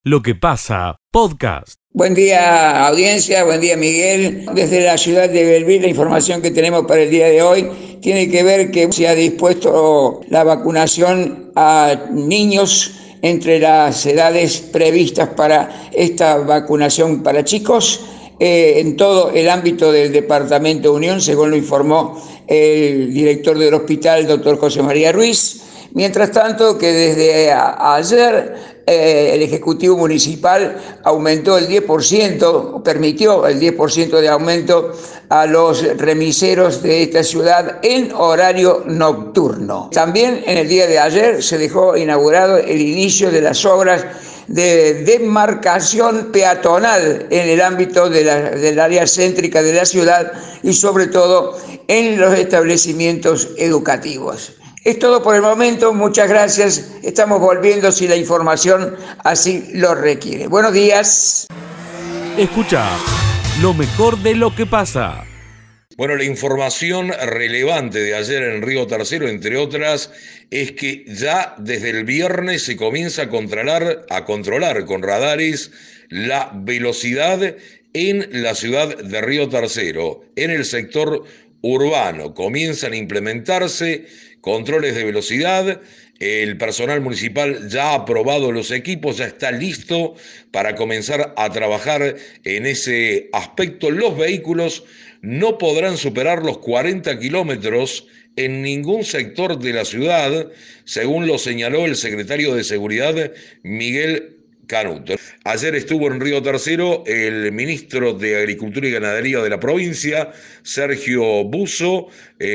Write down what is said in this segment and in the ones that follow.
lo que pasa, podcast. Buen día, audiencia, buen día, Miguel. Desde la ciudad de Belville, la información que tenemos para el día de hoy tiene que ver que se ha dispuesto la vacunación a niños entre las edades previstas para esta vacunación para chicos en todo el ámbito del Departamento Unión, según lo informó el director del hospital, doctor José María Ruiz. Mientras tanto, que desde ayer el Ejecutivo Municipal aumentó el 10%, permitió el 10% de aumento a los remiseros de esta ciudad en horario nocturno. También en el día de ayer se dejó inaugurado el inicio de las obras de demarcación peatonal en el ámbito del área céntrica de la ciudad y sobre todo en los establecimientos educativos. Es todo por el momento, muchas gracias. Estamos volviendo si la información así lo requiere. Buenos días. Escucha lo mejor de lo que pasa. Bueno, la información relevante de ayer en Río Tercero, entre otras, es que ya desde el viernes se comienza a controlar con radares la velocidad en la ciudad de Río Tercero, en el sector urbano. Comienzan a implementarse controles de velocidad. El personal municipal ya ha aprobado los equipos, ya está listo para comenzar a trabajar en ese aspecto. Los vehículos no podrán superar los 40 kilómetros en ningún sector de la ciudad, según lo señaló el secretario de Seguridad, Miguel Canuto. Ayer estuvo en Río Tercero el ministro de Agricultura y Ganadería de la provincia, Sergio Busso,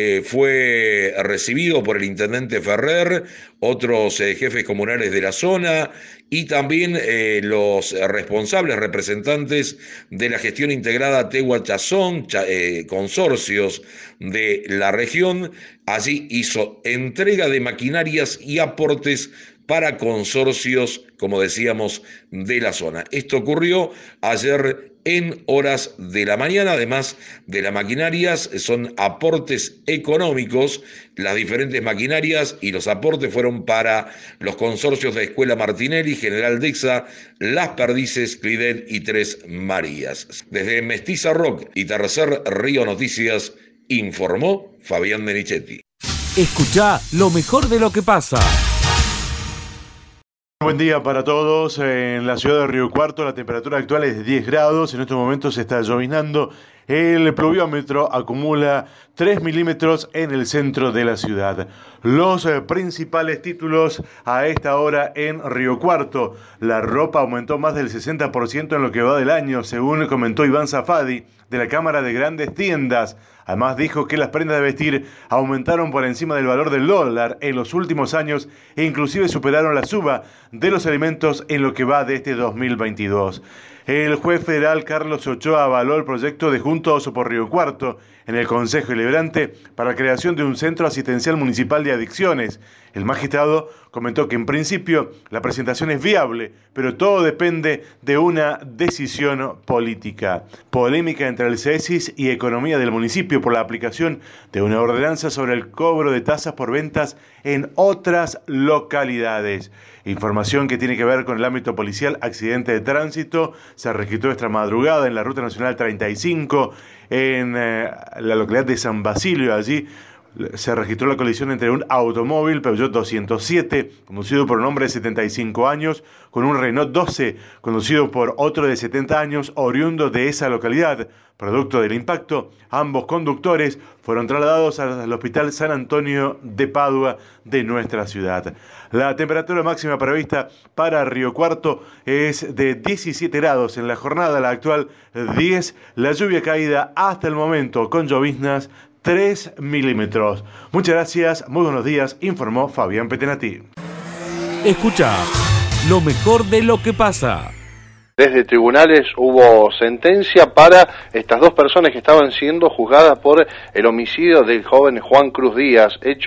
fue recibido por el intendente Ferrer, otros jefes comunales de la zona y también los responsables, representantes de la gestión integrada Tehuachazón, consorcios de la región. Allí hizo entrega de maquinarias y aportes para consorcios, como decíamos, de la zona. Esto ocurrió ayer en horas de la mañana. Además de las maquinarias, son aportes económicos. Las diferentes maquinarias y los aportes fueron para los consorcios de Escuela Martinelli, General Dexa, Las Perdices, Clidet y Tres Marías. Desde Mestiza Rock y Tercer Río Noticias, informó Fabián Menichetti. Escuchá lo mejor de lo que pasa. Buen día para todos. En la ciudad de Río Cuarto la temperatura actual es de 10 grados. En estos momentos se está lloviznando. El pluviómetro acumula 3 milímetros en el centro de la ciudad. Los principales títulos a esta hora en Río Cuarto. La ropa aumentó más del 60% en lo que va del año, según comentó Iván Zafadi, de la Cámara de Grandes Tiendas. Además dijo que las prendas de vestir aumentaron por encima del valor del dólar en los últimos años e inclusive superaron la suba de los alimentos en lo que va de este 2022. El juez federal Carlos Ochoa avaló el proyecto de Juntos por Río Cuarto en el Consejo Deliberante para la creación de un centro asistencial municipal de adicciones. El magistrado comentó que en principio la presentación es viable, pero todo depende de una decisión política. Polémica entre el CESIS y Economía del municipio por la aplicación de una ordenanza sobre el cobro de tasas por ventas en otras localidades. Información que tiene que ver con el ámbito policial. Accidente de tránsito se registró esta madrugada en la Ruta Nacional 35 en la localidad de San Basilio. Allí se registró la colisión entre un automóvil Peugeot 207, conducido por un hombre de 75 años, con un Renault 12, conducido por otro de 70 años, oriundo de esa localidad. Producto del impacto, ambos conductores fueron trasladados al Hospital San Antonio de Padua de nuestra ciudad. La temperatura máxima prevista para Río Cuarto es de 17 grados en la jornada, la actual 10, la lluvia caída hasta el momento con lloviznas 3 milímetros. Muchas gracias, muy buenos días, informó Fabián Petenati. Escucha lo mejor de lo que pasa. Desde tribunales hubo sentencia para estas dos personas que estaban siendo juzgadas por el homicidio del joven Juan Cruz Díaz, hecho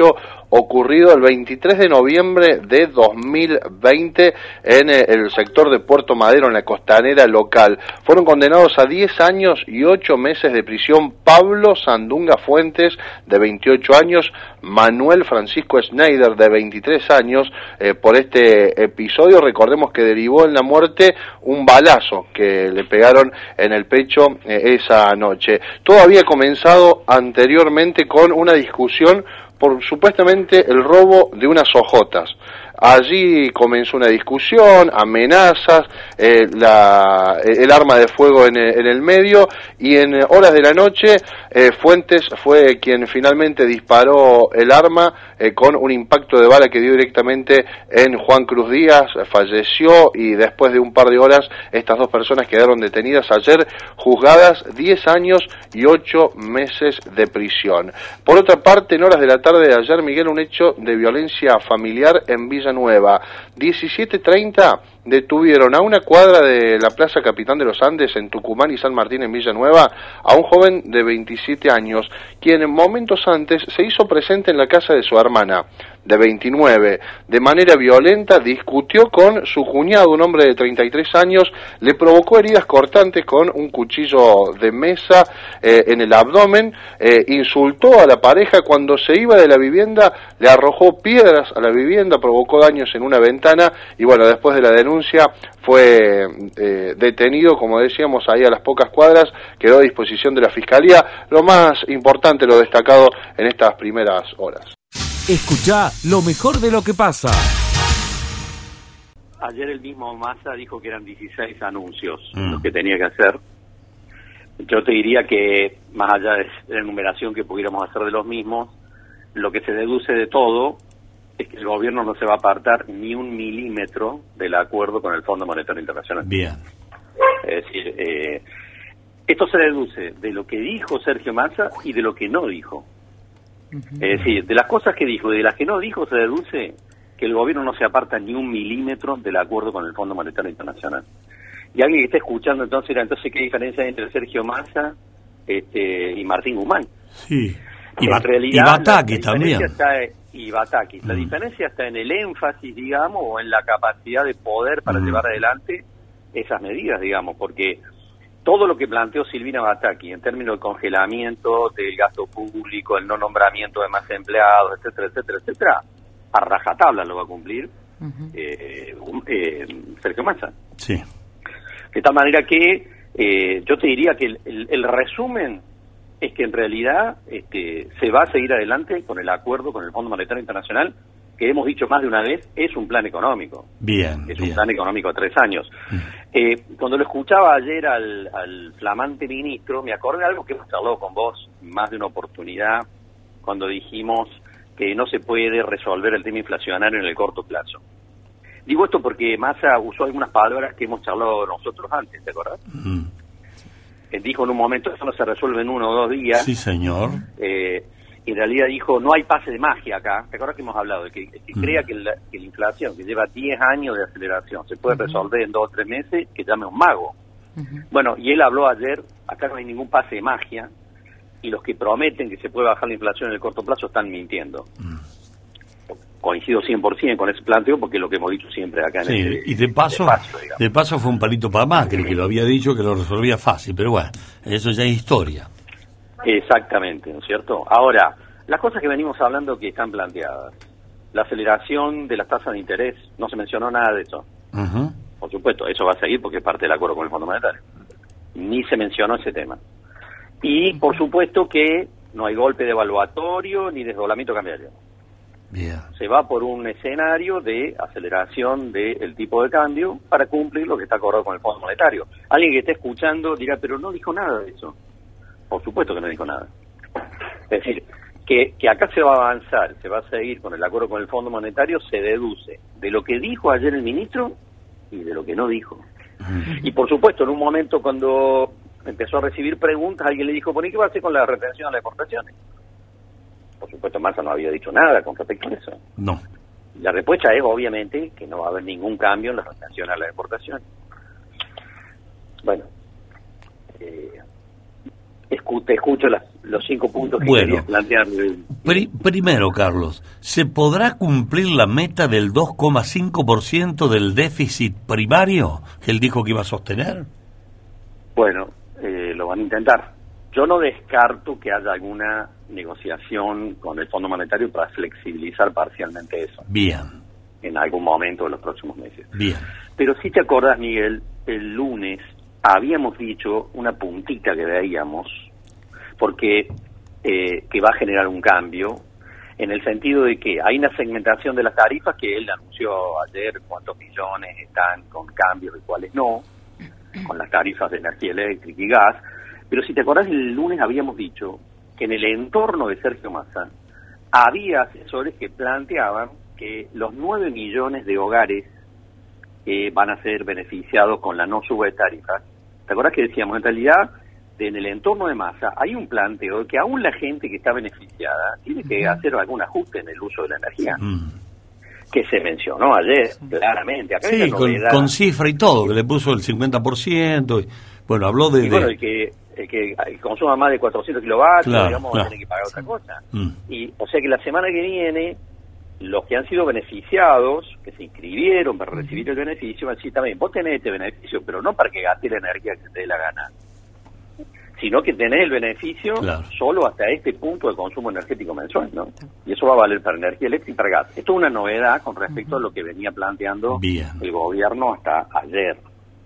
ocurrido el 23 de noviembre de 2020 en el sector de Puerto Madero, en la costanera local. Fueron condenados a 10 años y 8 meses de prisión Pablo Sandunga Fuentes, de 28 años, Manuel Francisco Schneider, de 23 años, por este episodio. Recordemos que derivó en la muerte un balazo que le pegaron en el pecho esa noche. Todo había comenzado anteriormente con una discusión por supuestamente el robo de unas hojotas. Allí comenzó una discusión, amenazas, el arma de fuego en el medio, y en horas de la noche Fuentes fue quien finalmente disparó el arma con un impacto de bala que dio directamente en Juan Cruz Díaz. Falleció, y después de un par de horas estas dos personas quedaron detenidas, ayer juzgadas 10 años y 8 meses de prisión. Por otra parte, en horas de la tarde de ayer, Miguel, un hecho de violencia familiar en Villanueva. 17:30 detuvieron a una cuadra de la Plaza Capitán de los Andes en Tucumán y San Martín en Villanueva a un joven de 27 años, quien momentos antes se hizo presente en la casa de su hermana de 29. De manera violenta discutió con su cuñado, un hombre de 33 años, le provocó heridas cortantes con un cuchillo de mesa en el abdomen, insultó a la pareja. Cuando se iba de la vivienda le arrojó piedras a la vivienda, provocó daños en una ventana, y bueno, después de la denuncia fue detenido, como decíamos, ahí a las pocas cuadras, quedó a disposición de la Fiscalía. Lo más importante, lo destacado en estas primeras horas. Escuchá lo mejor de lo que pasa. Ayer el mismo Massa dijo que eran 16 anuncios los que tenía que hacer. Yo te diría que, más allá de la enumeración que pudiéramos hacer de los mismos, lo que se deduce de todo es que el gobierno no se va a apartar ni un milímetro del acuerdo con el Fondo Monetario Internacional. Bien. Es decir, esto se deduce de lo que dijo Sergio Massa y de lo que no dijo. Es decir, de las cosas que dijo y de las que no dijo se deduce que el gobierno no se aparta ni un milímetro del acuerdo con el Fondo Monetario Internacional. Y alguien que esté escuchando entonces ¿qué diferencia hay entre Sergio Massa y Martín Guzmán? Sí. En realidad, y Bataki también. Y Bataki. La diferencia está en el énfasis, digamos, o en la capacidad de poder para llevar adelante esas medidas, digamos, porque todo lo que planteó Silvina Bataki en términos de congelamiento del gasto público, el no nombramiento de más empleados, etcétera, etcétera, etcétera, a rajatabla lo va a cumplir Sergio Massa. Sí. De tal manera que yo te diría que el resumen es que en realidad se va a seguir adelante con el acuerdo con el Fondo Monetario Internacional, que hemos dicho más de una vez, es un plan económico. Un plan económico a 3 años. Cuando lo escuchaba ayer al flamante ministro, me acordé de algo que hemos hablado con vos más de una oportunidad, cuando dijimos que no se puede resolver el tema inflacionario en el corto plazo. Digo esto porque Massa usó algunas palabras que hemos charlado nosotros antes, ¿te acordás? Dijo en un momento, eso no se resuelve en 1 o 2 días. Sí, señor. En realidad dijo, no hay pase de magia acá. ¿Te acuerdas que hemos hablado? De que crea que la inflación, que lleva 10 años de aceleración, se puede resolver en 2 o 3 meses, que llame a un mago. Bueno, y él habló ayer, acá no hay ningún pase de magia, y los que prometen que se puede bajar la inflación en el corto plazo están mintiendo. Coincido 100% con ese planteo, porque es lo que hemos dicho siempre acá en y de paso fue un palito para Macri, que lo había dicho que lo resolvía fácil, pero bueno, eso ya es historia. Exactamente, ¿no es cierto? Ahora, las cosas que venimos hablando que están planteadas, la aceleración de las tasas de interés, no se mencionó nada de eso. Por supuesto, eso va a seguir porque es parte del acuerdo con el Fondo Monetario. Ni se mencionó ese tema. Y, por supuesto, que no hay golpe devaluatorio ni desdoblamiento cambiario. Se va por un escenario de aceleración del tipo de cambio para cumplir lo que está acordado con el Fondo Monetario. Alguien que esté escuchando dirá, pero no dijo nada de eso. Por supuesto que no dijo nada. Es decir, que acá se va a avanzar, se va a seguir con el acuerdo con el Fondo Monetario, se deduce de lo que dijo ayer el ministro y de lo que no dijo. Y por supuesto, en un momento cuando empezó a recibir preguntas, alguien le dijo, ¿por qué va a hacer con la retención de las exportaciones? Por supuesto, Massa no había dicho nada con respecto a eso. No. La respuesta es, obviamente, que no va a haber ningún cambio en la retención a las exportaciones. Bueno, te escucho los 5 puntos que querías plantear. Primero, Carlos, ¿se podrá cumplir la meta del 2,5% del déficit primario que él dijo que iba a sostener? Bueno, lo van a intentar. Yo no descarto que haya alguna negociación con el Fondo Monetario para flexibilizar parcialmente eso. Bien. En algún momento de los próximos meses. Bien. Pero si te acordás, Miguel, el lunes habíamos dicho una puntita que veíamos, porque que va a generar un cambio, en el sentido de que hay una segmentación de las tarifas que él anunció ayer, cuántos millones están con cambios y cuáles no, con las tarifas de energía eléctrica y gas. Pero si te acordás, el lunes habíamos dicho que en el entorno de Sergio Massa había asesores que planteaban que los 9 millones de hogares van a ser beneficiados con la no suba de tarifas. ¿Te acordás que decíamos, en realidad, en el entorno de Massa hay un planteo de que aún la gente que está beneficiada tiene que hacer algún ajuste en el uso de la energía? Que se mencionó ayer, claramente. Acá sí, con cifra y todo, que le puso el 50%. Y, bueno, habló de... Y bueno, el que consuma más de 400 kilovatios, claro, digamos, claro. tiene que pagar otra cosa. Y, o sea que la semana que viene, los que han sido beneficiados, que se inscribieron para recibir el beneficio, van a decir también, vos tenés este beneficio, pero no para que gastes la energía que te dé la gana, sino que tenés el beneficio solo hasta este punto de consumo energético mensual, ¿no? Y eso va a valer para energía eléctrica y para gas. Esto es una novedad con respecto a lo que venía planteando el gobierno hasta ayer.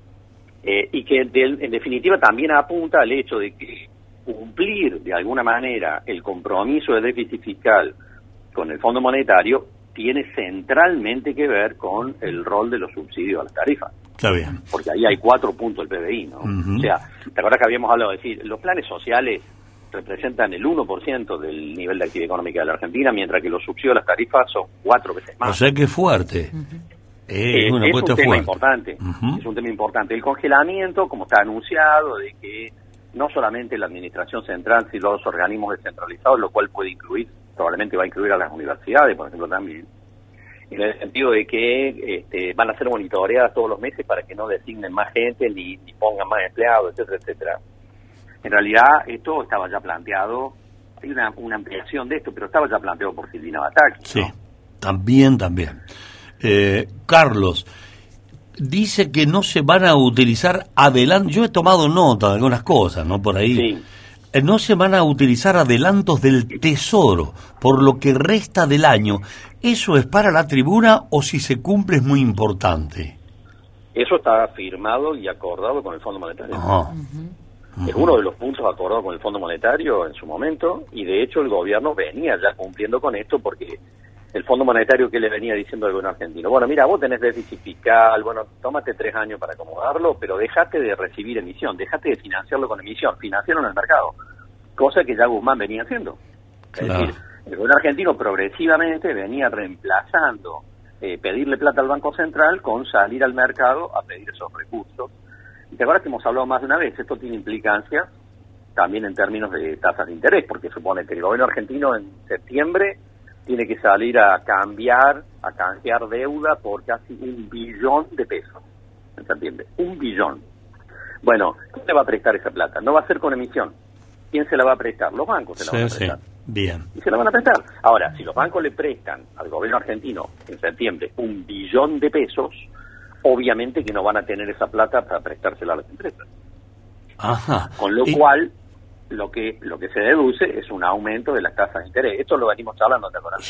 Y que en definitiva también apunta al hecho de que cumplir de alguna manera el compromiso de déficit fiscal con el Fondo Monetario tiene centralmente que ver con el rol de los subsidios a las tarifas. Está bien. Porque ahí hay 4 puntos del PBI, ¿no? O sea, ¿te acuerdas que habíamos hablado de decir, los planes sociales representan el 1% del nivel de actividad económica de la Argentina, mientras que los subsidios a las tarifas son 4 veces más? O sea que es fuerte. Es un tema importante. Es un tema importante. El congelamiento, como está anunciado, de que no solamente la administración central, sino los organismos descentralizados, lo cual puede incluir, probablemente va a incluir a las universidades, por ejemplo, también, en el sentido de que van a ser monitoreadas todos los meses para que no designen más gente ni pongan más empleados, etcétera, etcétera. En realidad, esto estaba ya planteado, hay una ampliación de esto, pero estaba ya planteado por Silvina Batakis, ¿no? Sí, también. Carlos, dice que no se van a utilizar yo he tomado nota de algunas cosas, ¿no? Por ahí. Sí. No se van a utilizar adelantos del Tesoro por lo que resta del año. ¿Eso es para la tribuna o si se cumple es muy importante? Eso está firmado y acordado con el Fondo Monetario. Es uno de los puntos acordados con el Fondo Monetario en su momento, y de hecho el gobierno venía ya cumpliendo con esto, porque el Fondo Monetario, que le venía diciendo al gobierno argentino, bueno, mira, vos tenés déficit fiscal, bueno, tómate 3 años para acomodarlo, pero dejate de recibir emisión, dejate de financiarlo con emisión, financiarlo en el mercado, cosa que ya Guzmán venía haciendo. Claro. Es decir, el gobierno argentino progresivamente venía reemplazando pedirle plata al Banco Central con salir al mercado a pedir esos recursos. Y te acuerdas que hemos hablado más de una vez, esto tiene implicancias también en términos de tasas de interés, porque supone que el gobierno argentino en septiembre tiene que salir a canjear deuda por casi 1 billón de pesos en septiembre. 1 billón. Bueno, ¿quién le va a prestar esa plata? No va a ser con emisión. ¿Quién se la va a prestar? Los bancos se la van a prestar. Sí. Bien. Y se la van a prestar. Ahora, si los bancos le prestan al gobierno argentino en septiembre 1 billón de pesos, obviamente que no van a tener esa plata para prestársela a las empresas. Ajá. Con lo cual, lo que se deduce es un aumento de las tasas de interés. Esto lo venimos hablando, ¿te acuerdas?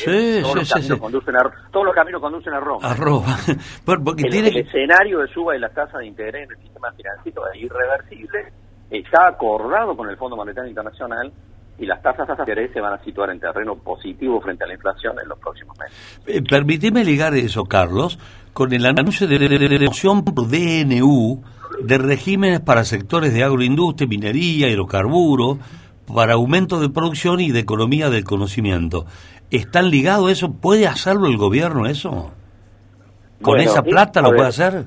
Todos los caminos conducen a Roma. A Roma. Porque el escenario de suba de las tasas de interés en el sistema financiero es irreversible, está acordado con el Fondo Monetario Internacional, y las tasas de interés se van a situar en terreno positivo frente a la inflación en los próximos meses. Permíteme ligar eso, Carlos, con el anuncio de moción por DNU de regímenes para sectores de agroindustria, minería, hidrocarburos, para aumento de producción y de economía del conocimiento. ¿Están ligados eso? ¿Puede hacerlo el gobierno eso? ¿Con esa plata lo puede hacer?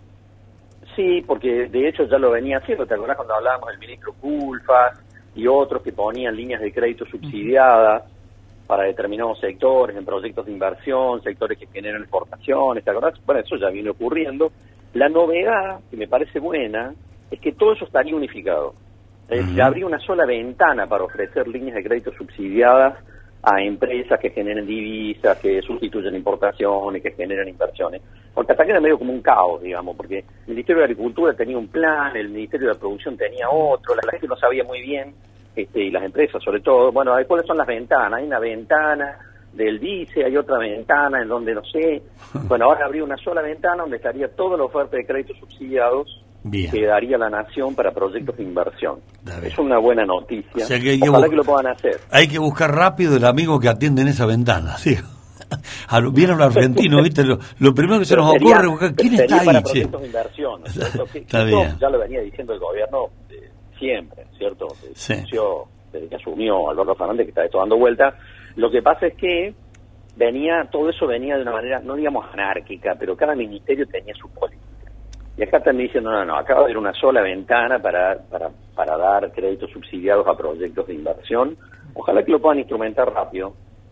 Sí, porque de hecho ya lo venía haciendo. ¿Te acordás cuando hablábamos del ministro Culfas y otros que ponían líneas de crédito subsidiadas para determinados sectores, en proyectos de inversión, sectores que generan exportaciones? ¿Te acordás? Bueno, eso ya viene ocurriendo. La novedad, que me parece buena, es que todo eso estaría unificado. Se abrió una sola ventana para ofrecer líneas de crédito subsidiadas a empresas que generen divisas, que sustituyen importaciones, que generan inversiones. Porque hasta que era medio como un caos, digamos, porque el Ministerio de Agricultura tenía un plan, el Ministerio de Producción tenía otro, la gente no sabía muy bien, y las empresas sobre todo. Bueno, ¿cuáles son las ventanas? Hay una ventana del DICE, hay otra ventana en donde no sé. Bueno, ahora abrió una sola ventana donde estaría toda la oferta de créditos subsidiados. Bien. Que daría la nación para proyectos de inversión. Es una buena noticia. O sea que ojalá que lo puedan hacer. Hay que buscar rápido el amigo que atiende en esa ventana, ¿sí? Vieron los argentinos, ¿viste? Lo primero que se nos ocurre es buscar quién está ahí. Para proyectos de inversión. Está bien. Ya lo venía diciendo el gobierno siempre, ¿cierto? Sí. Desde que asumió Alberto Fernández, que está esto dando vuelta. Lo que pasa es que todo eso venía de una manera, no digamos anárquica, pero cada ministerio tenía su política. Y acá están diciendo, no, acaba de haber una sola ventana para dar créditos subsidiados a proyectos de inversión. Ojalá que lo puedan instrumentar rápido.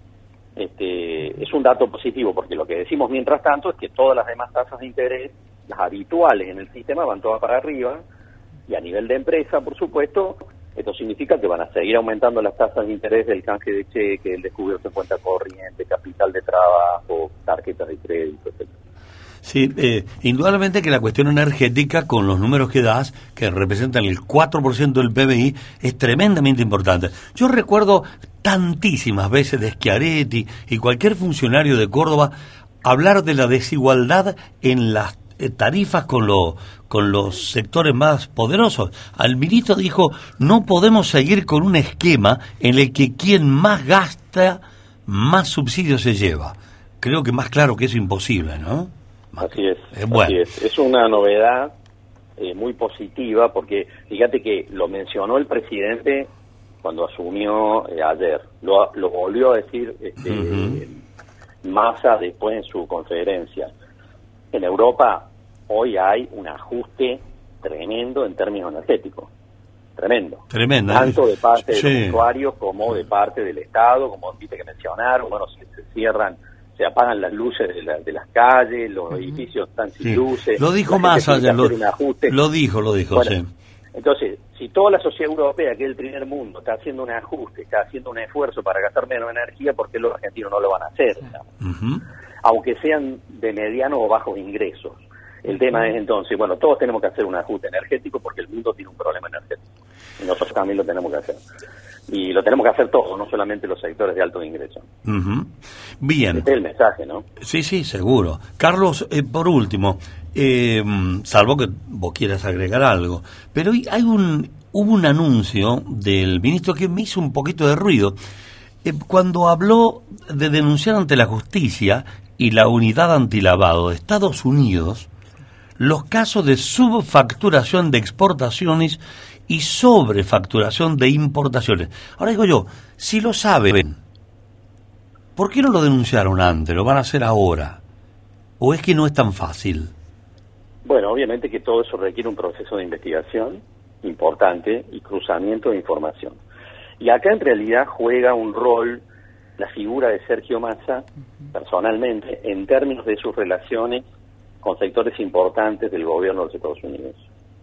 Es un dato positivo, porque lo que decimos mientras tanto es que todas las demás tasas de interés, las habituales en el sistema, van todas para arriba, y a nivel de empresa, por supuesto, esto significa que van a seguir aumentando las tasas de interés del canje de cheque, el descubierto de cuenta corriente, capital de trabajo, tarjetas de crédito, etc. Sí, indudablemente que la cuestión energética, con los números que das, que representan el 4% del PBI, es tremendamente importante. Yo recuerdo tantísimas veces de Schiaretti y cualquier funcionario de Córdoba hablar de la desigualdad en las tarifas con los sectores más poderosos. Al ministro dijo, no podemos seguir con un esquema en el que quien más gasta, más subsidios se lleva. Creo que más claro que eso es imposible, ¿no? Así es, así es. Es una novedad muy positiva, porque fíjate que lo mencionó el presidente cuando asumió ayer, lo volvió a decir Massa después en su conferencia. En Europa hoy hay un ajuste tremendo en términos energéticos, tremendo, tanto de parte de los usuarios como de parte del Estado, como viste que mencionaron. Bueno, se cierran, se apagan las luces de las calles, los edificios están sin luces. Lo dijo Massa ayer, lo dijo, bueno, sí. Entonces, si toda la sociedad europea, que es el primer mundo, está haciendo un ajuste, está haciendo un esfuerzo para gastar menos energía, ¿por qué los argentinos no lo van a hacer? Aunque sean de mediano o bajos ingresos. El tema es entonces, bueno, todos tenemos que hacer un ajuste energético porque el mundo tiene un problema energético. Y nosotros también lo tenemos que hacer. Y lo tenemos que hacer todos, no solamente los sectores de alto ingreso. Bien. Este es el mensaje, ¿no? Sí, seguro. Carlos, por último, salvo que vos quieras agregar algo, pero hubo un anuncio del ministro que me hizo un poquito de ruido, cuando habló de denunciar ante la justicia y la unidad antilavado de Estados Unidos los casos de subfacturación de exportaciones y sobrefacturación de importaciones. Ahora digo yo, si lo saben, ¿por qué no lo denunciaron antes? ¿Lo van a hacer ahora? ¿O es que no es tan fácil? Bueno, obviamente que todo eso requiere un proceso de investigación importante y cruzamiento de información. Y acá en realidad juega un rol la figura de Sergio Massa, personalmente, en términos de sus relaciones con sectores importantes del gobierno de los Estados Unidos.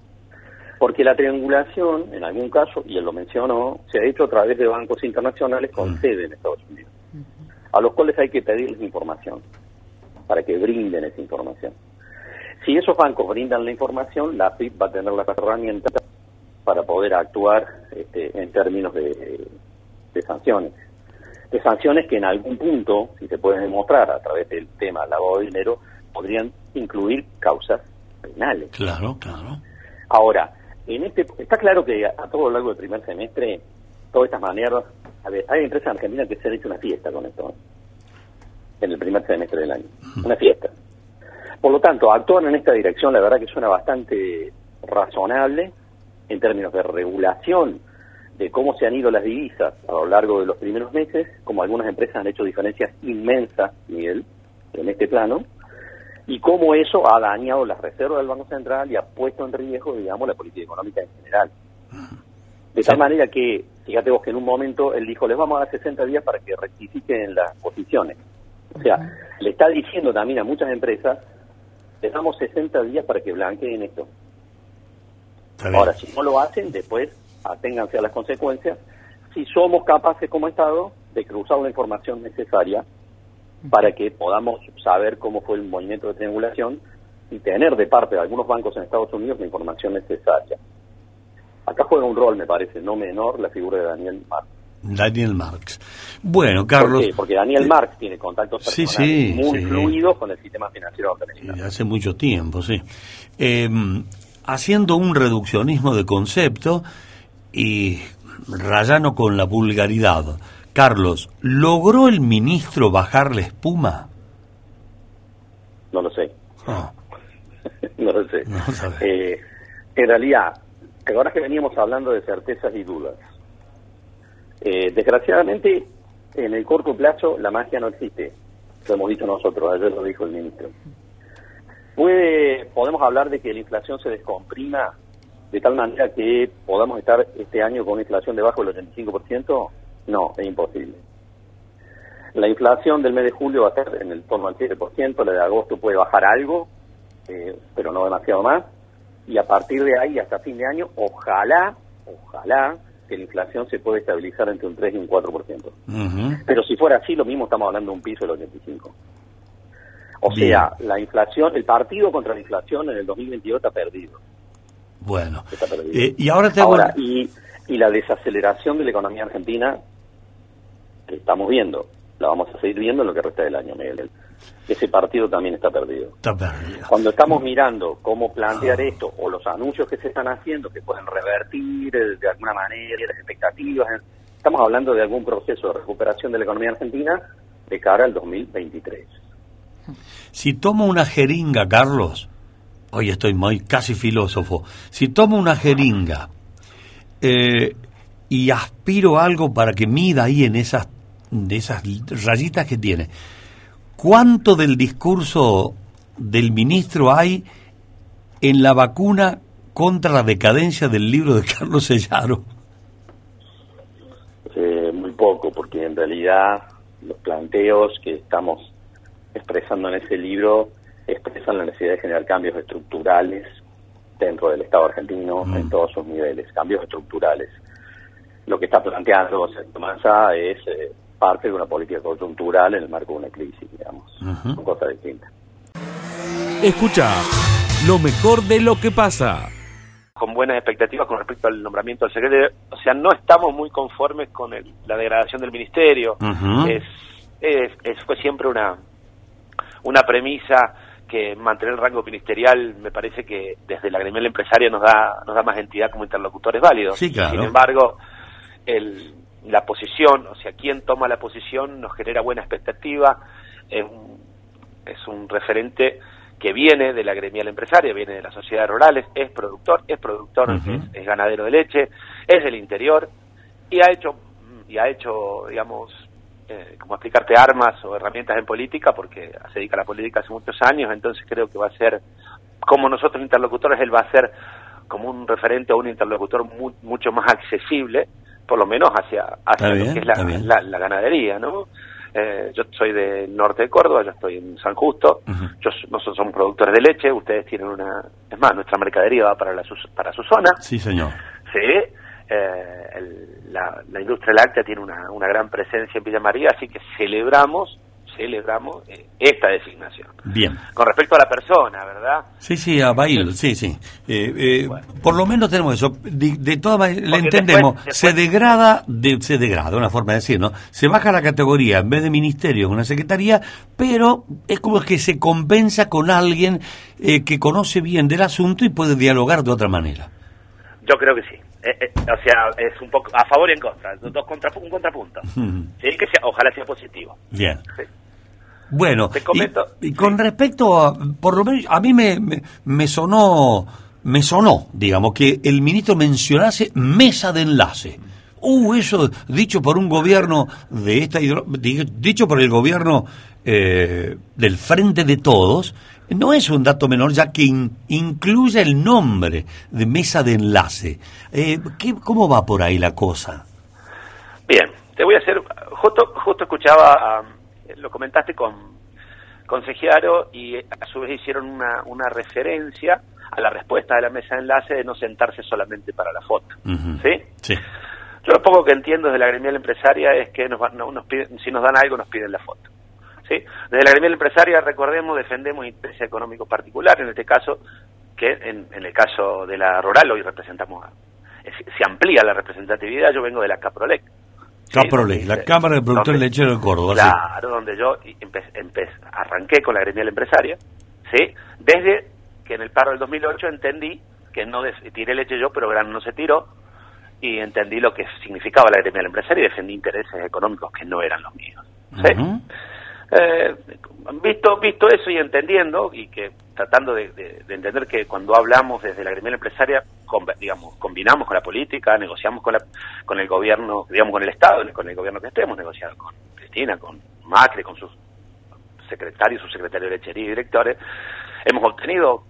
Porque la triangulación, en algún caso, y él lo mencionó, se ha hecho a través de bancos internacionales con sede en Estados Unidos, a los cuales hay que pedirles información, para que brinden esa información. Si esos bancos brindan la información, la AFIP va a tener las herramientas para poder actuar en términos de sanciones. De sanciones que en algún punto, si se pueden demostrar a través del tema lavado de dinero, podrían incluir causas penales. Claro. Ahora, está claro que a todo lo largo del primer semestre, todas estas maneras, hay empresas en Argentina que se han hecho una fiesta con esto, en el primer semestre del año, una fiesta. Por lo tanto, actuar en esta dirección, la verdad que suena bastante razonable en términos de regulación de cómo se han ido las divisas a lo largo de los primeros meses, como algunas empresas han hecho diferencias inmensas, Miguel, en este plano, y cómo eso ha dañado las reservas del Banco Central y ha puesto en riesgo, digamos, la política económica en general. De tal manera que, fíjate vos que en un momento él dijo, les vamos a dar 60 días para que rectifiquen las posiciones. O sea, le está diciendo también a muchas empresas, les damos 60 días para que blanqueen esto. Ahora, si no lo hacen, después aténganse a las consecuencias, si somos capaces como Estado de cruzar la información necesaria para que podamos saber cómo fue el movimiento de triangulación y tener de parte de algunos bancos en Estados Unidos la información necesaria. Acá juega un rol, me parece, no menor, la figura de Daniel Marx. Daniel Marx. Bueno, Carlos... ¿Por qué? Porque Daniel Marx tiene contactos personales muy fluidos con el sistema financiero norteamericano. Hace mucho tiempo, sí. Haciendo un reduccionismo de concepto y rayando con la vulgaridad, Carlos, ¿logró el ministro bajar la espuma? No lo sé. Oh. No lo sé. No en realidad, ahora que veníamos hablando de certezas y dudas, desgraciadamente, en el corto plazo la magia no existe. Lo hemos dicho nosotros, ayer lo dijo el ministro. Podemos hablar de que la inflación se descomprima de tal manera que podamos estar este año con una inflación debajo del 85%. No, es imposible. La inflación del mes de julio va a estar en el torno al 7%, la de agosto puede bajar algo, pero no demasiado más, y a partir de ahí hasta fin de año, ojalá que la inflación se pueda estabilizar entre un 3 y un 4%. Pero si fuera así, lo mismo estamos hablando de un piso del 85%. O sea, la inflación, el partido contra la inflación en el 2022 está perdido. Bueno, está perdido. Y ahora y la desaceleración de la economía argentina que estamos viendo, la vamos a seguir viendo en lo que resta del año, Miguel. Ese partido también está perdido. Está perdido. Cuando estamos mirando cómo plantear esto, o los anuncios que se están haciendo, que pueden revertir de alguna manera las expectativas, estamos hablando de algún proceso de recuperación de la economía argentina de cara al 2023. Si tomo una jeringa, Carlos, hoy estoy casi filósofo, si tomo una jeringa y aspiro algo para que mida ahí en esas rayitas que tiene, ¿cuánto del discurso del ministro hay en la vacuna contra la decadencia del libro de Carlos Sellaro? Muy poco, porque en realidad los planteos que estamos expresando en ese libro expresan la necesidad de generar cambios estructurales dentro del Estado argentino en todos sus niveles, cambios estructurales. Lo que está planteando Sergio Massa es parte de una política coyuntural en el marco de una crisis, digamos. Son cosas distintas. Escucha lo mejor de lo que pasa. Con buenas expectativas con respecto al nombramiento del secretario. O sea, no estamos muy conformes con la degradación del ministerio. Fue siempre una premisa que mantener el rango ministerial me parece que desde la gremial empresaria nos da más entidad como interlocutores válidos. Sí, claro. Sin embargo, la posición, o sea, quien toma la posición nos genera buena expectativa, es un referente que viene de la gremial empresaria, viene de las sociedades rurales, es productor, es ganadero de leche, es del interior, y ha hecho, digamos, como explicarte, armas o herramientas en política, porque se dedica a la política hace muchos años, entonces creo que va a ser, como nosotros interlocutores, él va a ser como un referente o un interlocutor mucho más accesible, por lo menos hacia lo que es la ganadería, ¿no? Yo soy del norte de Córdoba, yo estoy en San Justo, nosotros somos productores de leche, ustedes tienen es más, nuestra mercadería va para su zona. Sí, señor. Sí, la industria láctea tiene una gran presencia en Villa María, así que celebramos esta designación. Bien. Con respecto a la persona, ¿verdad? Sí, a Bail, sí. Bueno. Por lo menos tenemos eso. De todas maneras, le entendemos. Después... Se degrada, una forma de decir, ¿no? Se baja la categoría, en vez de ministerio, una secretaría, pero es como que se compensa con alguien que conoce bien del asunto y puede dialogar de otra manera. Yo creo que sí. O sea, es un poco a favor y en contra, un contrapunto. Sí, que ojalá sea positivo. Bien. Sí. Bueno, te comento, y con respecto a, por lo menos a mí me sonó, digamos, que el ministro mencionase mesa de enlace. Eso dicho por un gobierno dicho por el gobierno del Frente de Todos, no es un dato menor, ya que incluye el nombre de mesa de enlace. ¿Cómo va por ahí la cosa? Bien, te voy a hacer, justo escuchaba, lo comentaste con Segiaro, y a su vez hicieron una referencia a la respuesta de la mesa de enlace de no sentarse solamente para la foto. ¿Sí? Sí. Yo lo poco que entiendo desde la gremial empresaria es que si nos dan algo nos piden la foto. ¿Sí? Desde la gremial empresaria, recordemos, defendemos intereses económicos particulares, en este caso, que en el caso de la rural hoy representamos, se amplía la representatividad. Yo vengo de la Caprolec. Caprolec, la Cámara de Productores Lecheros de Córdoba. Claro, donde yo arranqué con la gremial empresaria, ¿sí? Desde que en el paro del 2008 entendí que no tiré leche yo, pero grano no se tiró, y entendí lo que significaba la gremial empresaria y defendí intereses económicos que no eran los míos. ¿Sí? Visto eso y entendiendo, y que tratando de entender que cuando hablamos desde la gremial empresaria, combinamos con la política, negociamos con el gobierno, digamos con el Estado, con el gobierno que estemos, negociado con Cristina, con Macri, con sus secretarios, subsecretarios de lechería y directores. Hemos obtenido,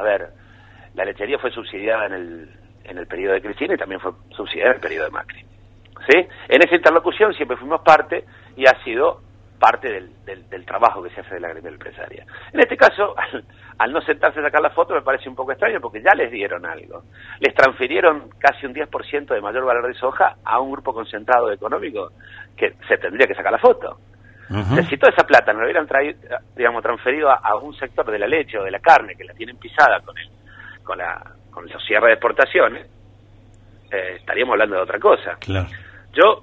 la lechería fue subsidiada en el periodo de Cristina y también fue subsidiada en el periodo de Macri. ¿Sí? En esa interlocución siempre fuimos parte y ha sido parte del trabajo que se hace de la gremial empresaria. En este caso, al no sentarse a sacar la foto me parece un poco extraño porque ya les dieron algo. Les transfirieron casi un 10% de mayor valor de soja a un grupo concentrado económico que se tendría que sacar la foto. Si toda esa plata no lo hubieran transferido a un sector de la leche o de la carne que la tienen pisada con los cierres de exportaciones, estaríamos hablando de otra cosa. Claro. Yo,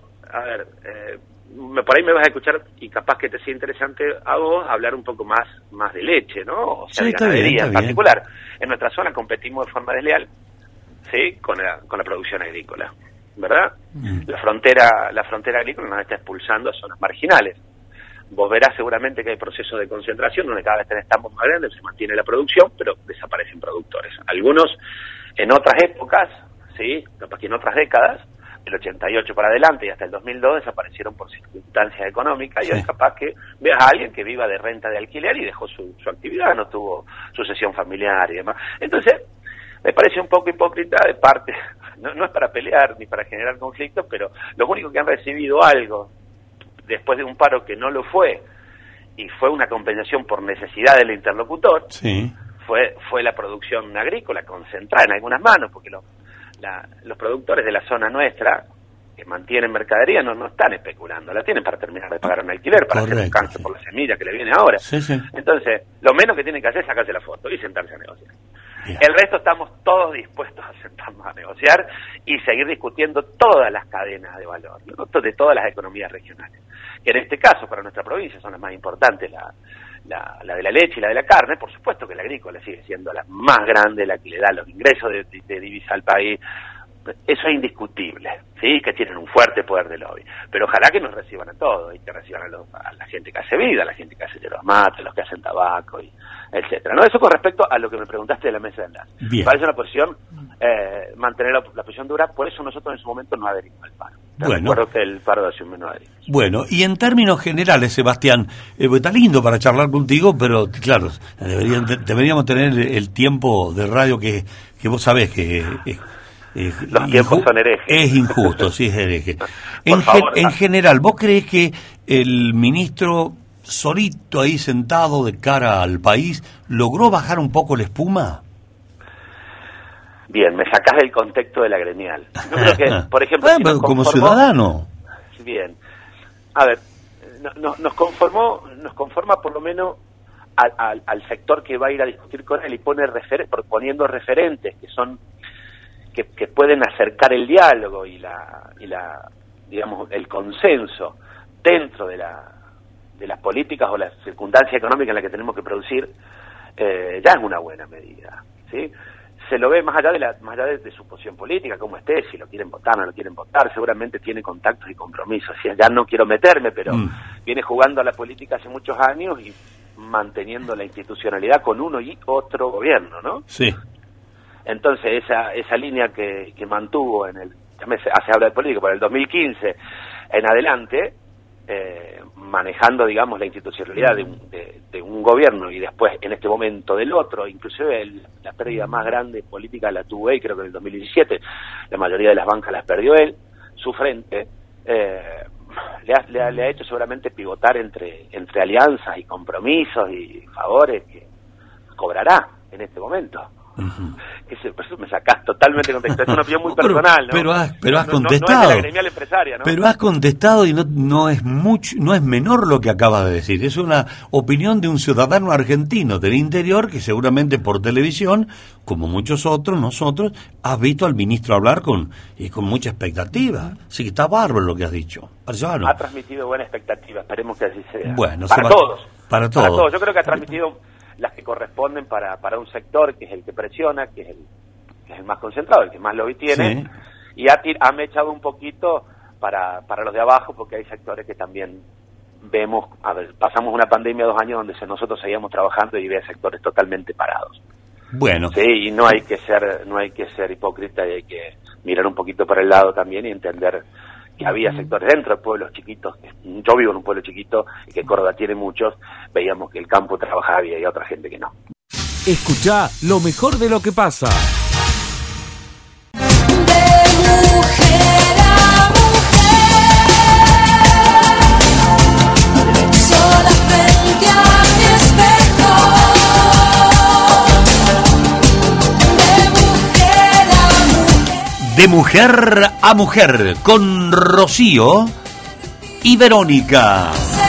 por ahí me vas a escuchar y capaz que te sea interesante a vos hablar un poco más de leche, ¿no? O sea, sí, de ganadería está en particular. En nuestra zona competimos de forma desleal, ¿sí? Con la producción agrícola, ¿verdad? La frontera agrícola nos está expulsando a zonas marginales. Vos verás seguramente que hay procesos de concentración donde cada vez tenés estamos más grandes, se mantiene la producción, pero desaparecen productores. Algunos en otras épocas, ¿sí? Capaz que en otras décadas, del 88 para adelante y hasta el 2002 desaparecieron por circunstancias económicas, y hoy capaz que veas a alguien que viva de renta de alquiler y dejó su actividad, no tuvo sucesión familiar y demás. Entonces, me parece un poco hipócrita de parte, no es para pelear ni para generar conflictos, pero los únicos que han recibido algo después de un paro que no lo fue, y fue una compensación por necesidad del interlocutor, sí, fue la producción agrícola concentrada en algunas manos, porque los productores de la zona nuestra que mantienen mercadería no están especulando, la tienen para terminar de pagar un alquiler, para hacer un canje por la semilla que le viene ahora. Sí. Entonces, lo menos que tienen que hacer es sacarse la foto y sentarse a negociar. Bien. El resto estamos todos dispuestos a sentarnos a negociar y seguir discutiendo todas las cadenas de valor, ¿no? De todas las economías regionales, que en este caso para nuestra provincia son las más importantes, la de la leche y la de la carne. Por supuesto que la agrícola sigue siendo la más grande, la que le da los ingresos de divisa al país. Eso es indiscutible, ¿sí? Que tienen un fuerte poder de lobby. Pero ojalá que nos reciban a todos, y que reciban a la gente que hace vida, a la gente que hace los mates, los que hacen tabaco, y etcétera. No, eso con respecto a lo que me preguntaste de la mesa de enlace. Me parece una posición, mantener la posición dura, por eso nosotros en su momento no adherimos al paro. Recuerdo que el paro de hace un mes no adherimos. Bueno, y en términos generales, Sebastián, está lindo para charlar contigo, pero claro, deberíamos tener el tiempo de radio que vos sabés que... los tiempos son herejes. Es injusto, sí, es hereje. En general, ¿vos creés que el ministro solito ahí sentado de cara al país logró bajar un poco la espuma? Bien, me sacás del contexto de la gremial. Yo creo que, por ejemplo, pero como ciudadano. Bien. A ver, nos conforma por lo menos al sector que va a ir a discutir con él y poniendo referentes que son que pueden acercar el diálogo y la digamos el consenso dentro de las políticas o las circunstancias económicas en las que tenemos que producir, ya es una buena medida, ¿sí? Se lo ve más allá de su posición política, cómo esté, si lo quieren votar, no lo quieren votar, seguramente tiene contactos y compromisos. O sea, ya no quiero meterme, pero viene jugando a la política hace muchos años y manteniendo la institucionalidad con uno y otro gobierno, ¿no? Sí. Entonces, esa línea que mantuvo se habla de política, por el 2015 en adelante, manejando, digamos, la institucionalidad de un gobierno y después, en este momento, del otro, inclusive la pérdida más grande política la tuvo él, creo que en el 2017, la mayoría de las bancas las perdió él, su frente, le ha hecho seguramente pivotar entre alianzas y compromisos y favores que cobrará en este momento. Que eso me sacás totalmente de contexto. Es una opinión muy personal, ¿no? Pero has contestado. No es de la gremial empresaria, ¿no? Pero has contestado y no es menor lo que acabas de decir. Es una opinión de un ciudadano argentino del interior que seguramente por televisión, como muchos otros, nosotros, has visto al ministro hablar con mucha expectativa. Sí, que está bárbaro lo que has dicho. Arzano. Ha transmitido buena expectativa, esperemos que así sea. Bueno, para todos. Para todos. Yo creo que ha transmitido las que corresponden para un sector que es el que presiona, que es el más concentrado, el que más lobby tiene, sí. Y ha mechado un poquito para los de abajo, porque hay sectores que también vemos, pasamos una pandemia 2 años donde nosotros seguíamos trabajando y había sectores totalmente parados. Bueno. Sí, y no hay que ser hipócrita, y hay que mirar un poquito para el lado también y entender que había sectores dentro de pueblos chiquitos. Yo vivo en un pueblo chiquito y que Córdoba tiene muchos, veíamos que el campo trabajaba y había otra gente que no. Escuchá lo mejor de lo que pasa. De mujer a mujer, con Rocío y Verónica.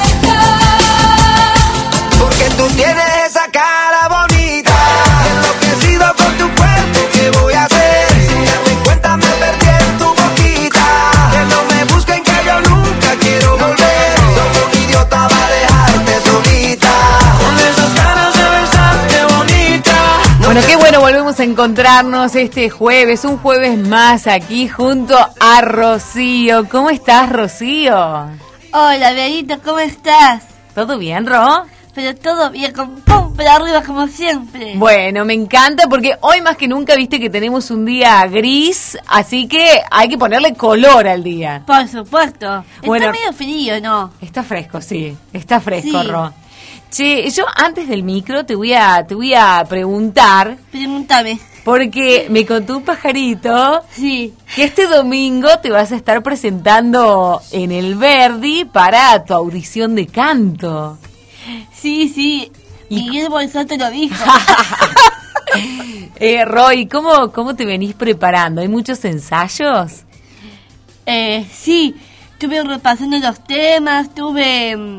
Porque tú tienes esa cara bonita, enloquecido con tu cuerpo, ¿qué voy a hacer? Sin darme cuenta me perdí en tu boquita. Que no me busquen, que yo nunca quiero volver. Solo un idiota va a dejarte solita. Con esas ganas de besarte bonita. Bueno, qué bueno, volvemos a encontrarnos este jueves, un jueves más aquí junto a Rocío. ¿Cómo estás, Rocío? Hola, Verito, ¿cómo estás? ¿Todo bien, Ro? Pero todo bien, con pum para arriba como siempre. Bueno, me encanta porque hoy más que nunca viste que tenemos un día gris, así que hay que ponerle color al día. Por supuesto. Bueno, está medio frío, ¿no? Está fresco, sí, está fresco, Sí. Ro. Che, yo antes del micro te voy a preguntar. Pregúntame. Porque me contó un pajarito, sí, que este domingo te vas a estar presentando en el Verdi para tu audición de canto. Sí, Miguel Bolsón te lo dijo. Roy, ¿cómo te venís preparando? ¿Hay muchos ensayos? Sí, estuve repasando los temas, estuve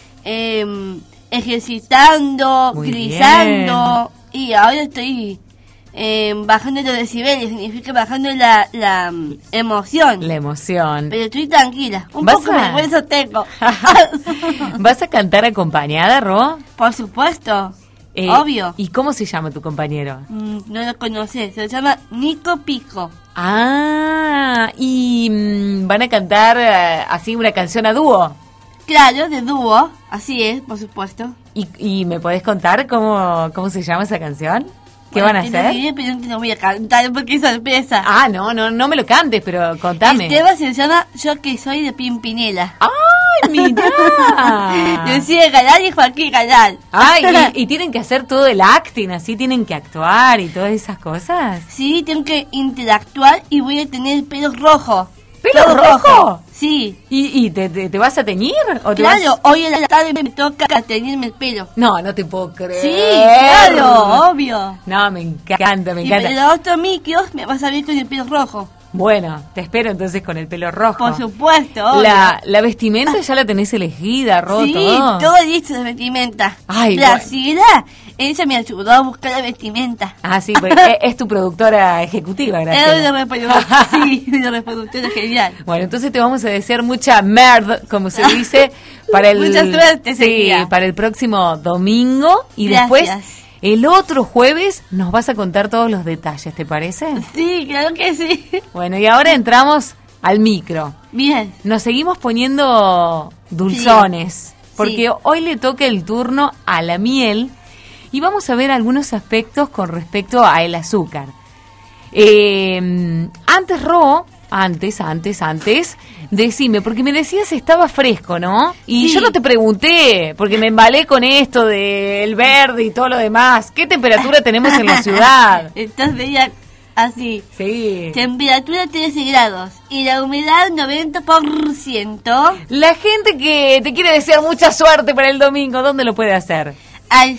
ejercitando, Muy utilizando, y ahora estoy bajando los decibeles, significa bajando la emoción. La emoción. Pero estoy tranquila, un ¿Vas poco a- de vergüenza tengo. ¿Vas a cantar acompañada, Ro? Por supuesto, obvio. ¿Y cómo se llama tu compañero? No lo conoces, se llama Nico Pico. Ah, y van a cantar así una canción a dúo. Claro, de dúo, así es, por supuesto. ¿Y me podés contar cómo se llama esa canción? ¿Qué van a Te lo hacer? diré, pero no te lo voy a cantar porque es sorpresa. Ah, no me lo cantes, pero contame. El tema se llama Yo que soy de Pimpinela. ¡Ay, mirá! Lucía Galal y Joaquín Galal. Ay, ¿y tienen que hacer todo el acting, así tienen que actuar y todas esas cosas? Sí, tengo que interactuar y voy a tener el pelo rojo. ¿Pelo Todo rojo? Sí. ¿Y te vas a teñir? ¿O te Claro, vas- hoy en la tarde me toca teñirme el pelo. No te puedo creer. Sí, claro, obvio. No, me encanta. Y para los otros micros me vas a ver con el pelo rojo. Bueno, te espero entonces con el pelo rojo. Por supuesto, obvio. La vestimenta ya la tenés elegida, Ro, Sí, todo. todo listo de vestimenta. Ay, Graciela, ella me ayudó a buscar la vestimenta. Ah, sí, porque es tu productora ejecutiva, gracias. Es una reproductora, sí, una reproductora genial. Bueno, entonces te vamos a desear mucha merd, como se dice, para el Mucha suerte ese sí, día. para el próximo domingo y Gracias. después el otro jueves nos vas a contar todos los detalles, ¿te parece? Sí, claro que sí. Bueno, y ahora entramos al micro. Bien. Nos seguimos poniendo dulzones, porque Sí. hoy le toca el turno a la miel y vamos a ver algunos aspectos con respecto a el azúcar. Antes, Ro, antes, decime, porque me decías estaba fresco, ¿no? Y Sí. yo no te pregunté, porque me embalé con esto del verde y todo lo demás. ¿Qué temperatura tenemos en la ciudad? Entonces veía así. Sí. Temperatura 13 grados y la humedad 90%. La gente que te quiere desear mucha suerte para el domingo, ¿dónde lo puede hacer? al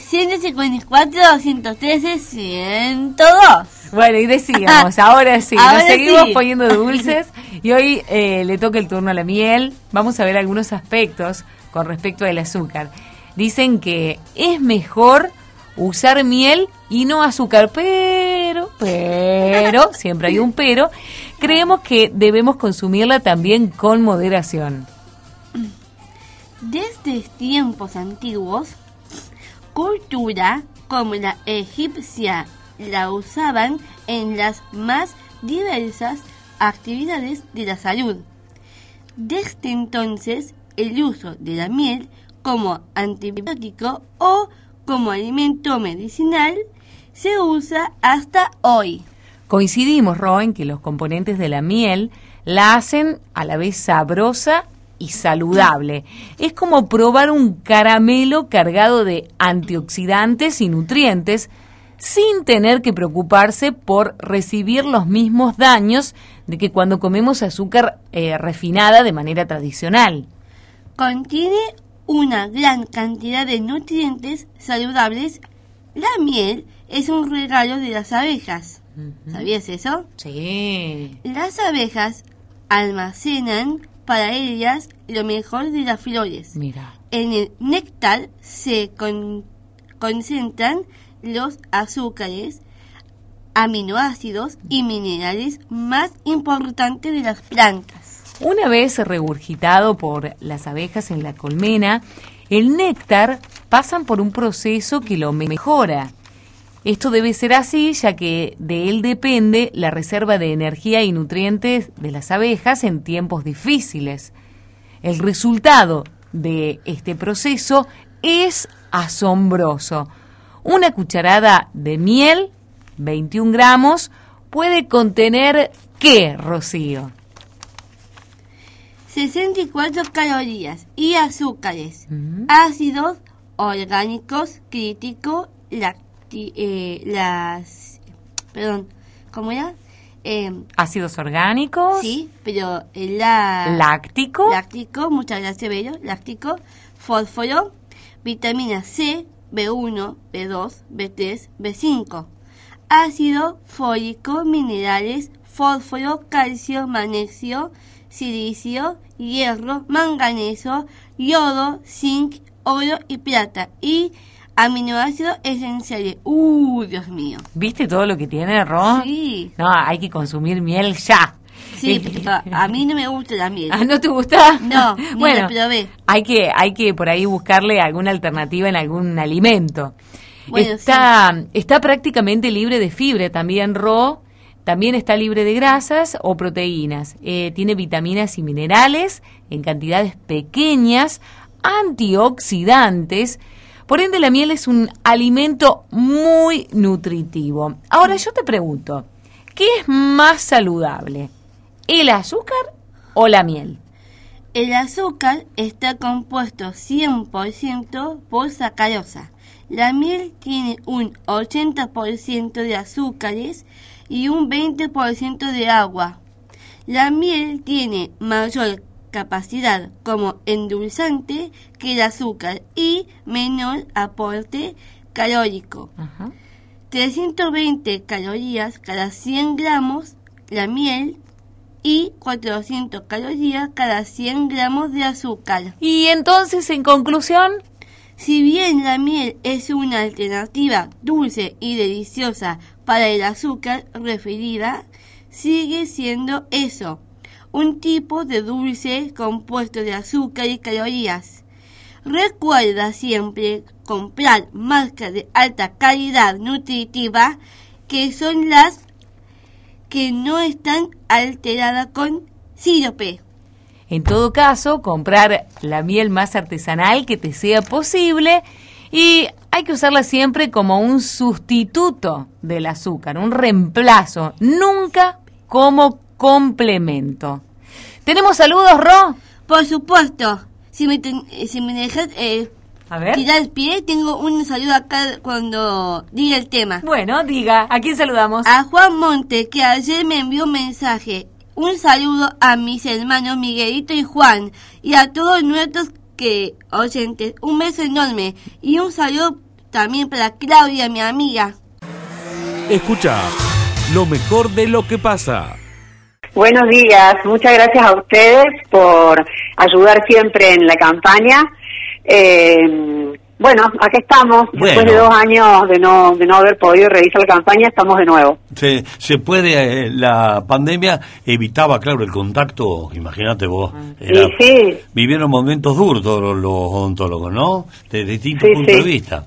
154-213-102. Bueno, y decíamos, ahora sí, Ahora nos seguimos sí. poniendo dulces y hoy le toca el turno a la miel. Vamos a ver algunos aspectos con respecto al azúcar. Dicen que es mejor usar miel y no azúcar, pero, siempre hay un pero, creemos que debemos consumirla también con moderación. Desde tiempos antiguos, cultura como la egipcia la usaban en las más diversas actividades de la salud. Desde entonces, el uso de la miel como antibiótico o como alimento medicinal se usa hasta hoy. Coincidimos, Ro, en que los componentes de la miel la hacen a la vez sabrosa y saludable. Es como probar un caramelo cargado de antioxidantes y nutrientes sin tener que preocuparse por recibir los mismos daños de que cuando comemos azúcar refinada de manera tradicional. Contiene una gran cantidad de nutrientes saludables. La miel es un regalo de las abejas. ¿Sabías eso? Sí. Las abejas almacenan para ellas lo mejor de las flores. Mira. En el néctar se concentran los azúcares, aminoácidos y minerales más importantes de las plantas. Una vez regurgitado por las abejas en la colmena, el néctar pasan por un proceso que lo mejora. Esto debe ser así, ya que de él depende la reserva de energía y nutrientes de las abejas en tiempos difíciles. El resultado de este proceso es asombroso. Una cucharada de miel, 21 gramos, puede contener ¿qué, Rocío? 64 calorías y azúcares, ácidos orgánicos críticos, ¿cómo era? Ácidos orgánicos. Sí, pero láctico. Láctico, muchas gracias, Bello. Láctico, fósforo, vitamina C, B1, B2, B3, B5, ácido fólico, minerales, fósforo, calcio, magnesio, silicio, hierro, manganeso, yodo, zinc, oro y plata, y aminoácidos esenciales. Dios mío. ¿Viste todo lo que tiene, Ro? Sí. No, hay que consumir miel ya. Sí, pero a mí no me gusta la miel. ¿Ah, no te gusta? No, bueno, la probé. Hay que por ahí buscarle alguna alternativa en algún alimento. Bueno, está prácticamente libre de fibra también, Ro. También está libre de grasas o proteínas. Tiene vitaminas y minerales en cantidades pequeñas, antioxidantes. Por ende, la miel es un alimento muy nutritivo. Ahora, yo te pregunto, ¿qué es más saludable? ¿El azúcar o la miel? El azúcar está compuesto 100% por sacarosa. La miel tiene un 80% de azúcares y un 20% de agua. La miel tiene mayor capacidad como endulzante que el azúcar y menor aporte calórico. 320 calorías cada 100 gramos la miel y 400 calorías cada 100 gramos de azúcar. Y entonces, en conclusión, si bien la miel es una alternativa dulce y deliciosa para el azúcar referida, sigue siendo eso, un tipo de dulce compuesto de azúcar y calorías. Recuerda siempre comprar marcas de alta calidad nutritiva, que son las que no están alteradas con sirope. En todo caso, comprar la miel más artesanal que te sea posible, y hay que usarla siempre como un sustituto del azúcar, un reemplazo, nunca como complemento. ¿Tenemos saludos, Ro? Por supuesto. Si me dejas a ver, tirar el pie, tengo un saludo acá cuando diga el tema. Bueno, diga, ¿a quién saludamos? A Juan Monte, que ayer me envió un mensaje. Un saludo a mis hermanos Miguelito y Juan, y a todos nuestros oyentes. Un beso enorme y un saludo también para Claudia, mi amiga. Escucha lo mejor de lo que pasa. Buenos días, muchas gracias a ustedes por ayudar siempre en la campaña. Bueno, acá estamos, después de 2 años de no haber podido realizar la campaña, estamos de nuevo. Se puede, la pandemia evitaba, claro, el contacto, imagínate vos. Sí. Vivieron momentos duros todos los odontólogos, ¿no? De distintos puntos de vista.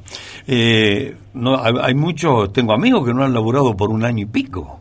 No, hay muchos, tengo amigos que no han laburado por 1 año y pico.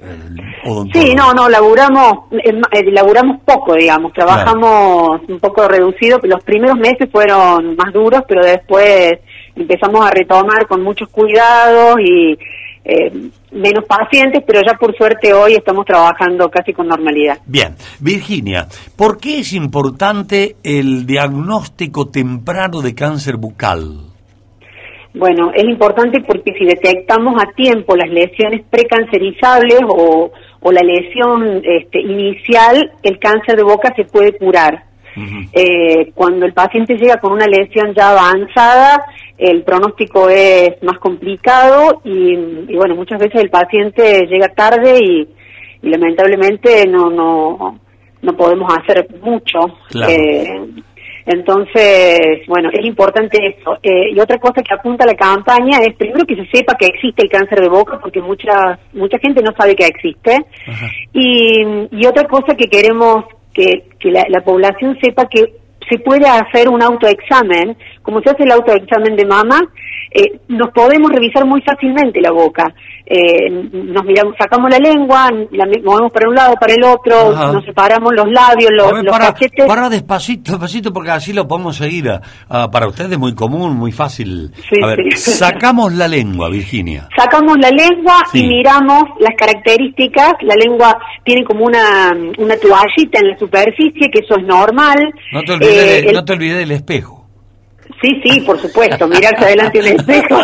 Sí, no, laburamos poco, digamos, trabajamos un poco reducido, los primeros meses fueron más duros, pero después empezamos a retomar con muchos cuidados y menos pacientes, pero ya por suerte hoy estamos trabajando casi con normalidad. Bien, Virginia, ¿por qué es importante el diagnóstico temprano de cáncer bucal? Bueno, es importante porque si detectamos a tiempo las lesiones precancerizables o la lesión inicial, el cáncer de boca se puede curar. Cuando el paciente llega con una lesión ya avanzada, el pronóstico es más complicado y bueno, muchas veces el paciente llega tarde y lamentablemente no podemos hacer mucho. Claro. Entonces, bueno, es importante eso. Y otra cosa que apunta a la campaña es, primero, que se sepa que existe el cáncer de boca, porque mucha gente no sabe que existe. Y otra cosa que queremos que la población sepa, que se puede hacer un autoexamen, como se hace el autoexamen de mama, nos podemos revisar muy fácilmente la boca. Nos miramos, sacamos la lengua, la movemos para un lado, para el otro, nos separamos los labios, los cachetes. Para despacito, porque así lo podemos seguir. Para ustedes es muy común, muy fácil. Sacamos la lengua, Virginia. Sacamos la lengua y miramos las características. La lengua tiene como una toallita en la superficie, que eso es normal. No te olvides del espejo. Sí, por supuesto, mirarse adelante en el espejo.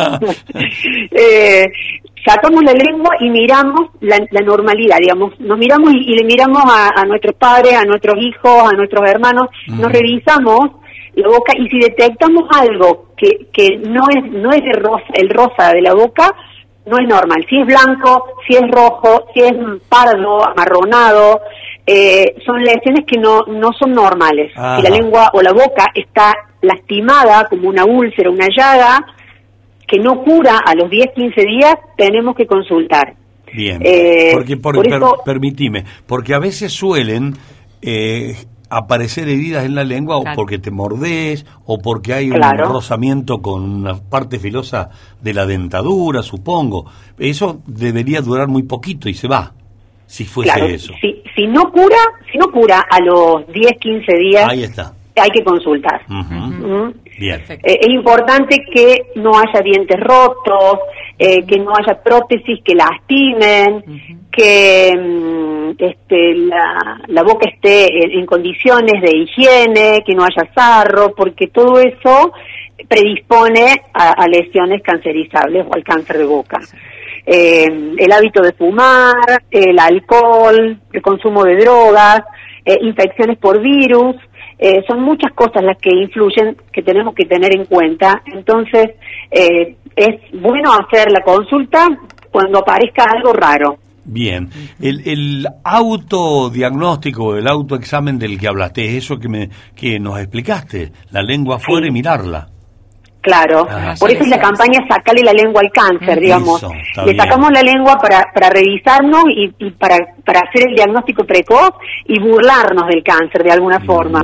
Sacamos la lengua y miramos la normalidad, digamos, nos miramos y le miramos a nuestros padres, a nuestros hijos, a nuestros hermanos, nos revisamos la boca y si detectamos algo que no es el rosa de la boca, no es normal. Si es blanco, si es rojo, si es pardo, amarronado, son lesiones que no son normales. Si la lengua o la boca está lastimada, como una úlcera, una llaga, que no cura a los 10-15 días, tenemos que consultar. Bien, permitime, porque a veces suelen aparecer heridas en la lengua, o porque te mordés, o porque hay un rozamiento con una parte filosa de la dentadura, supongo. Eso debería durar muy poquito y se va, si fuese eso. Si no cura a los 10-15 días, ahí está, hay que consultar. Bien. Es importante que no haya dientes rotos, que no haya prótesis que lastimen, que la boca esté en condiciones de higiene, que no haya sarro, porque todo eso predispone a lesiones cancerizables o al cáncer de boca. El hábito de fumar, el alcohol, el consumo de drogas, infecciones por virus, son muchas cosas las que influyen, que tenemos que tener en cuenta. Entonces, es bueno hacer la consulta cuando aparezca algo raro. Bien, el autodiagnóstico, el autoexamen del que hablaste, es eso que nos explicaste, la lengua afuera y mirarla. Claro, por eso es la campaña Sacarle la lengua al cáncer, digamos. Le sacamos la lengua para revisarnos y para hacer el diagnóstico precoz y burlarnos del cáncer de alguna forma.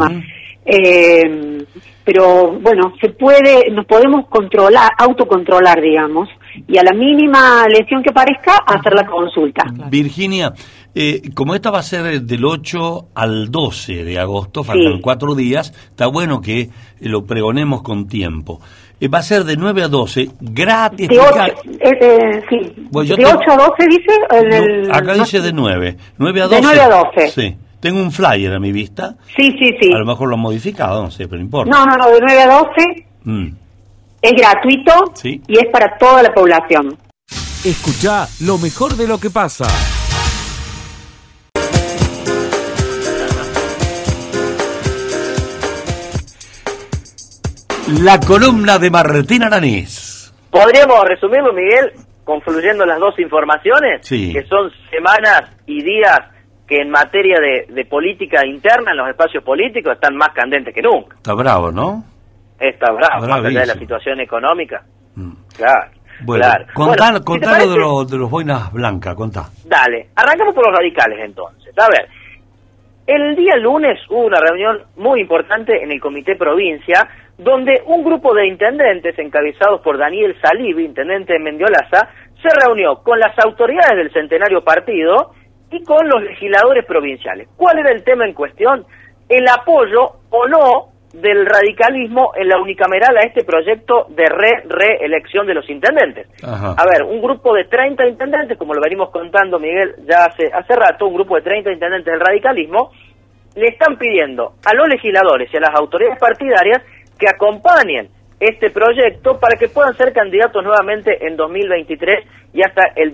Pero bueno, nos podemos autocontrolar, digamos, y a la mínima lesión que parezca, hacer la consulta. Virginia, como esta va a ser del 8 al 12 de agosto, faltan 4 días, está bueno que lo pregonemos con tiempo. Va a ser de 9 a 12, gratis. De 8 a 12 dice. Acá dice de 9 a 12. De 9 a 12. Sí. Tengo un flyer a mi vista. Sí. A lo mejor lo han modificado, no sé, pero no importa. No, de 9 a 12. Es gratuito y es para toda la población. Escuchá lo mejor de lo que pasa. La columna de Martín Aranés. Podríamos resumirlo, Miguel, confluyendo las dos informaciones, sí, que son semanas y días que en materia de política interna en los espacios políticos están más candentes que nunca. Está bravo, ¿no? Está bravo, más allá de la situación económica. Claro. Bueno, claro. contá Si lo de los boinas blancas, contá. Dale, arrancamos por los radicales entonces. A ver, el día lunes hubo una reunión muy importante en el Comité Provincia, donde un grupo de intendentes encabezados por Daniel Salivi, intendente de Mendiolaza, se reunió con las autoridades del Centenario Partido y con los legisladores provinciales. ¿Cuál era el tema en cuestión? El apoyo o no del radicalismo en la unicameral a este proyecto de reelección de los intendentes. Ajá. A ver, un grupo de 30 intendentes, como lo venimos contando, Miguel, ya hace rato, un grupo de 30 intendentes del radicalismo, le están pidiendo a los legisladores y a las autoridades partidarias que acompañen este proyecto para que puedan ser candidatos nuevamente en 2023 y hasta el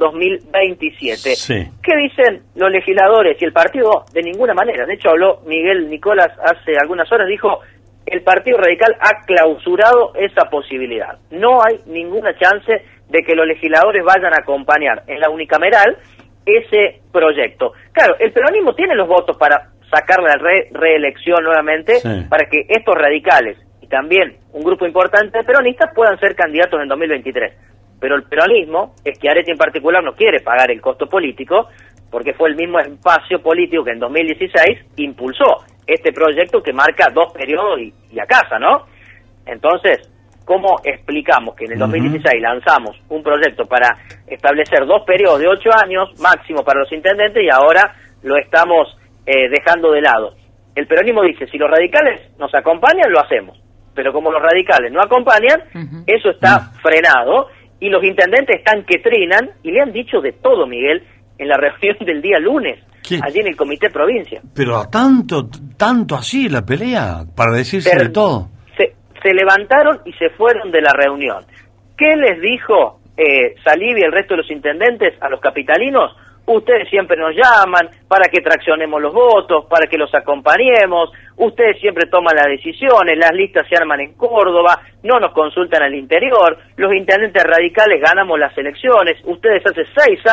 2027. Sí. ¿Qué dicen los legisladores y el partido? De ninguna manera. De hecho, habló Miguel Nicolás hace algunas horas, dijo: el Partido Radical ha clausurado esa posibilidad. No hay ninguna chance de que los legisladores vayan a acompañar en la unicameral ese proyecto. Claro, el peronismo tiene los votos para sacar la reelección nuevamente, sí, para que estos radicales y también un grupo importante de peronistas puedan ser candidatos en 2023. Pero el peronismo, Schiaretti en particular, no quiere pagar el costo político, porque fue el mismo espacio político que en 2016 impulsó este proyecto que marca 2 periodos y a casa, ¿no? Entonces, ¿cómo explicamos que en el 2016 lanzamos un proyecto para establecer 2 periodos de 8 años máximo para los intendentes y ahora lo estamos dejando de lado? El peronismo dice, si los radicales nos acompañan, lo hacemos. Pero como los radicales no acompañan, eso está frenado y los intendentes están que trinan y le han dicho de todo, Miguel, en la reunión del día lunes, allí en el Comité Provincia. Pero tanto así la pelea, para decirse de todo. Se levantaron y se fueron de la reunión. ¿Qué les dijo Salivi y el resto de los intendentes a los capitalinos? Ustedes siempre nos llaman para que traccionemos los votos, para que los acompañemos, ustedes siempre toman las decisiones, las listas se arman en Córdoba, no nos consultan al interior, los intendentes radicales ganamos las elecciones, ustedes hace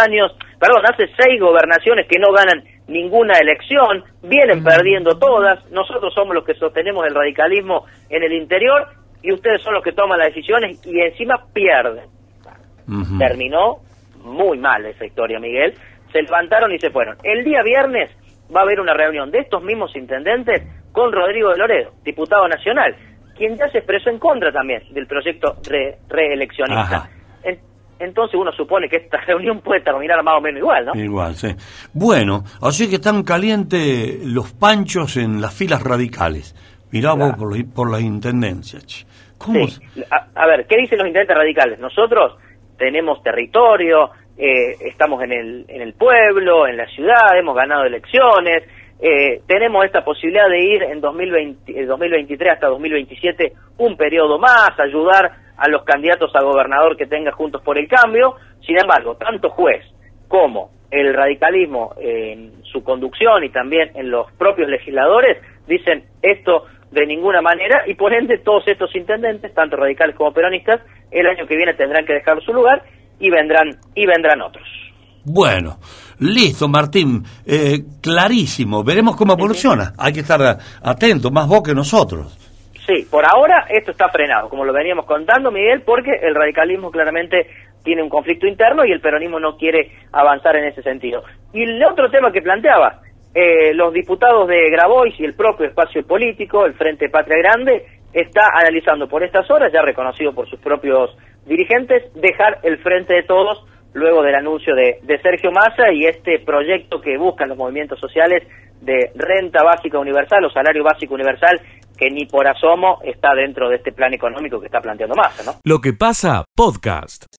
6 gobernaciones que no ganan ninguna elección, vienen perdiendo todas, nosotros somos los que sostenemos el radicalismo en el interior y ustedes son los que toman las decisiones y encima pierden. Terminó muy mal esa historia, Miguel. Se levantaron y se fueron. El día viernes va a haber una reunión de estos mismos intendentes con Rodrigo de Loredo, diputado nacional, quien ya se expresó en contra también del proyecto reeleccionista. Entonces uno supone que esta reunión puede terminar más o menos igual, ¿no? Igual, sí. Bueno, así que están calientes los panchos en las filas radicales. Mirá vos por la intendencia. ¿Cómo? Sí. A ver, ¿qué dicen los intendentes radicales? Nosotros tenemos territorio, estamos en el pueblo, en la ciudad, hemos ganado elecciones, tenemos esta posibilidad de ir en 2023 hasta 2027 un periodo más, ayudar a los candidatos a gobernador que tenga Juntos por el Cambio. Sin embargo, tanto juez como el radicalismo en su conducción y también en los propios legisladores dicen esto de ninguna manera, y por ende todos estos intendentes, tanto radicales como peronistas, el año que viene tendrán que dejar su lugar y vendrán otros. Bueno, listo, Martín, clarísimo, veremos cómo evoluciona, hay que estar atentos, más vos que nosotros. Sí, por ahora esto está frenado, como lo veníamos contando, Miguel, porque el radicalismo claramente tiene un conflicto interno y el peronismo no quiere avanzar en ese sentido. Y el otro tema que planteaba, los diputados de Grabois y el propio espacio político, el Frente Patria Grande, está analizando por estas horas, ya reconocido por sus propios dirigentes, dejar el Frente de Todos luego del anuncio de Sergio Massa y este proyecto que buscan los movimientos sociales de renta básica universal o salario básico universal, que ni por asomo está dentro de este plan económico que está planteando Massa, ¿no? Lo que pasa, podcast.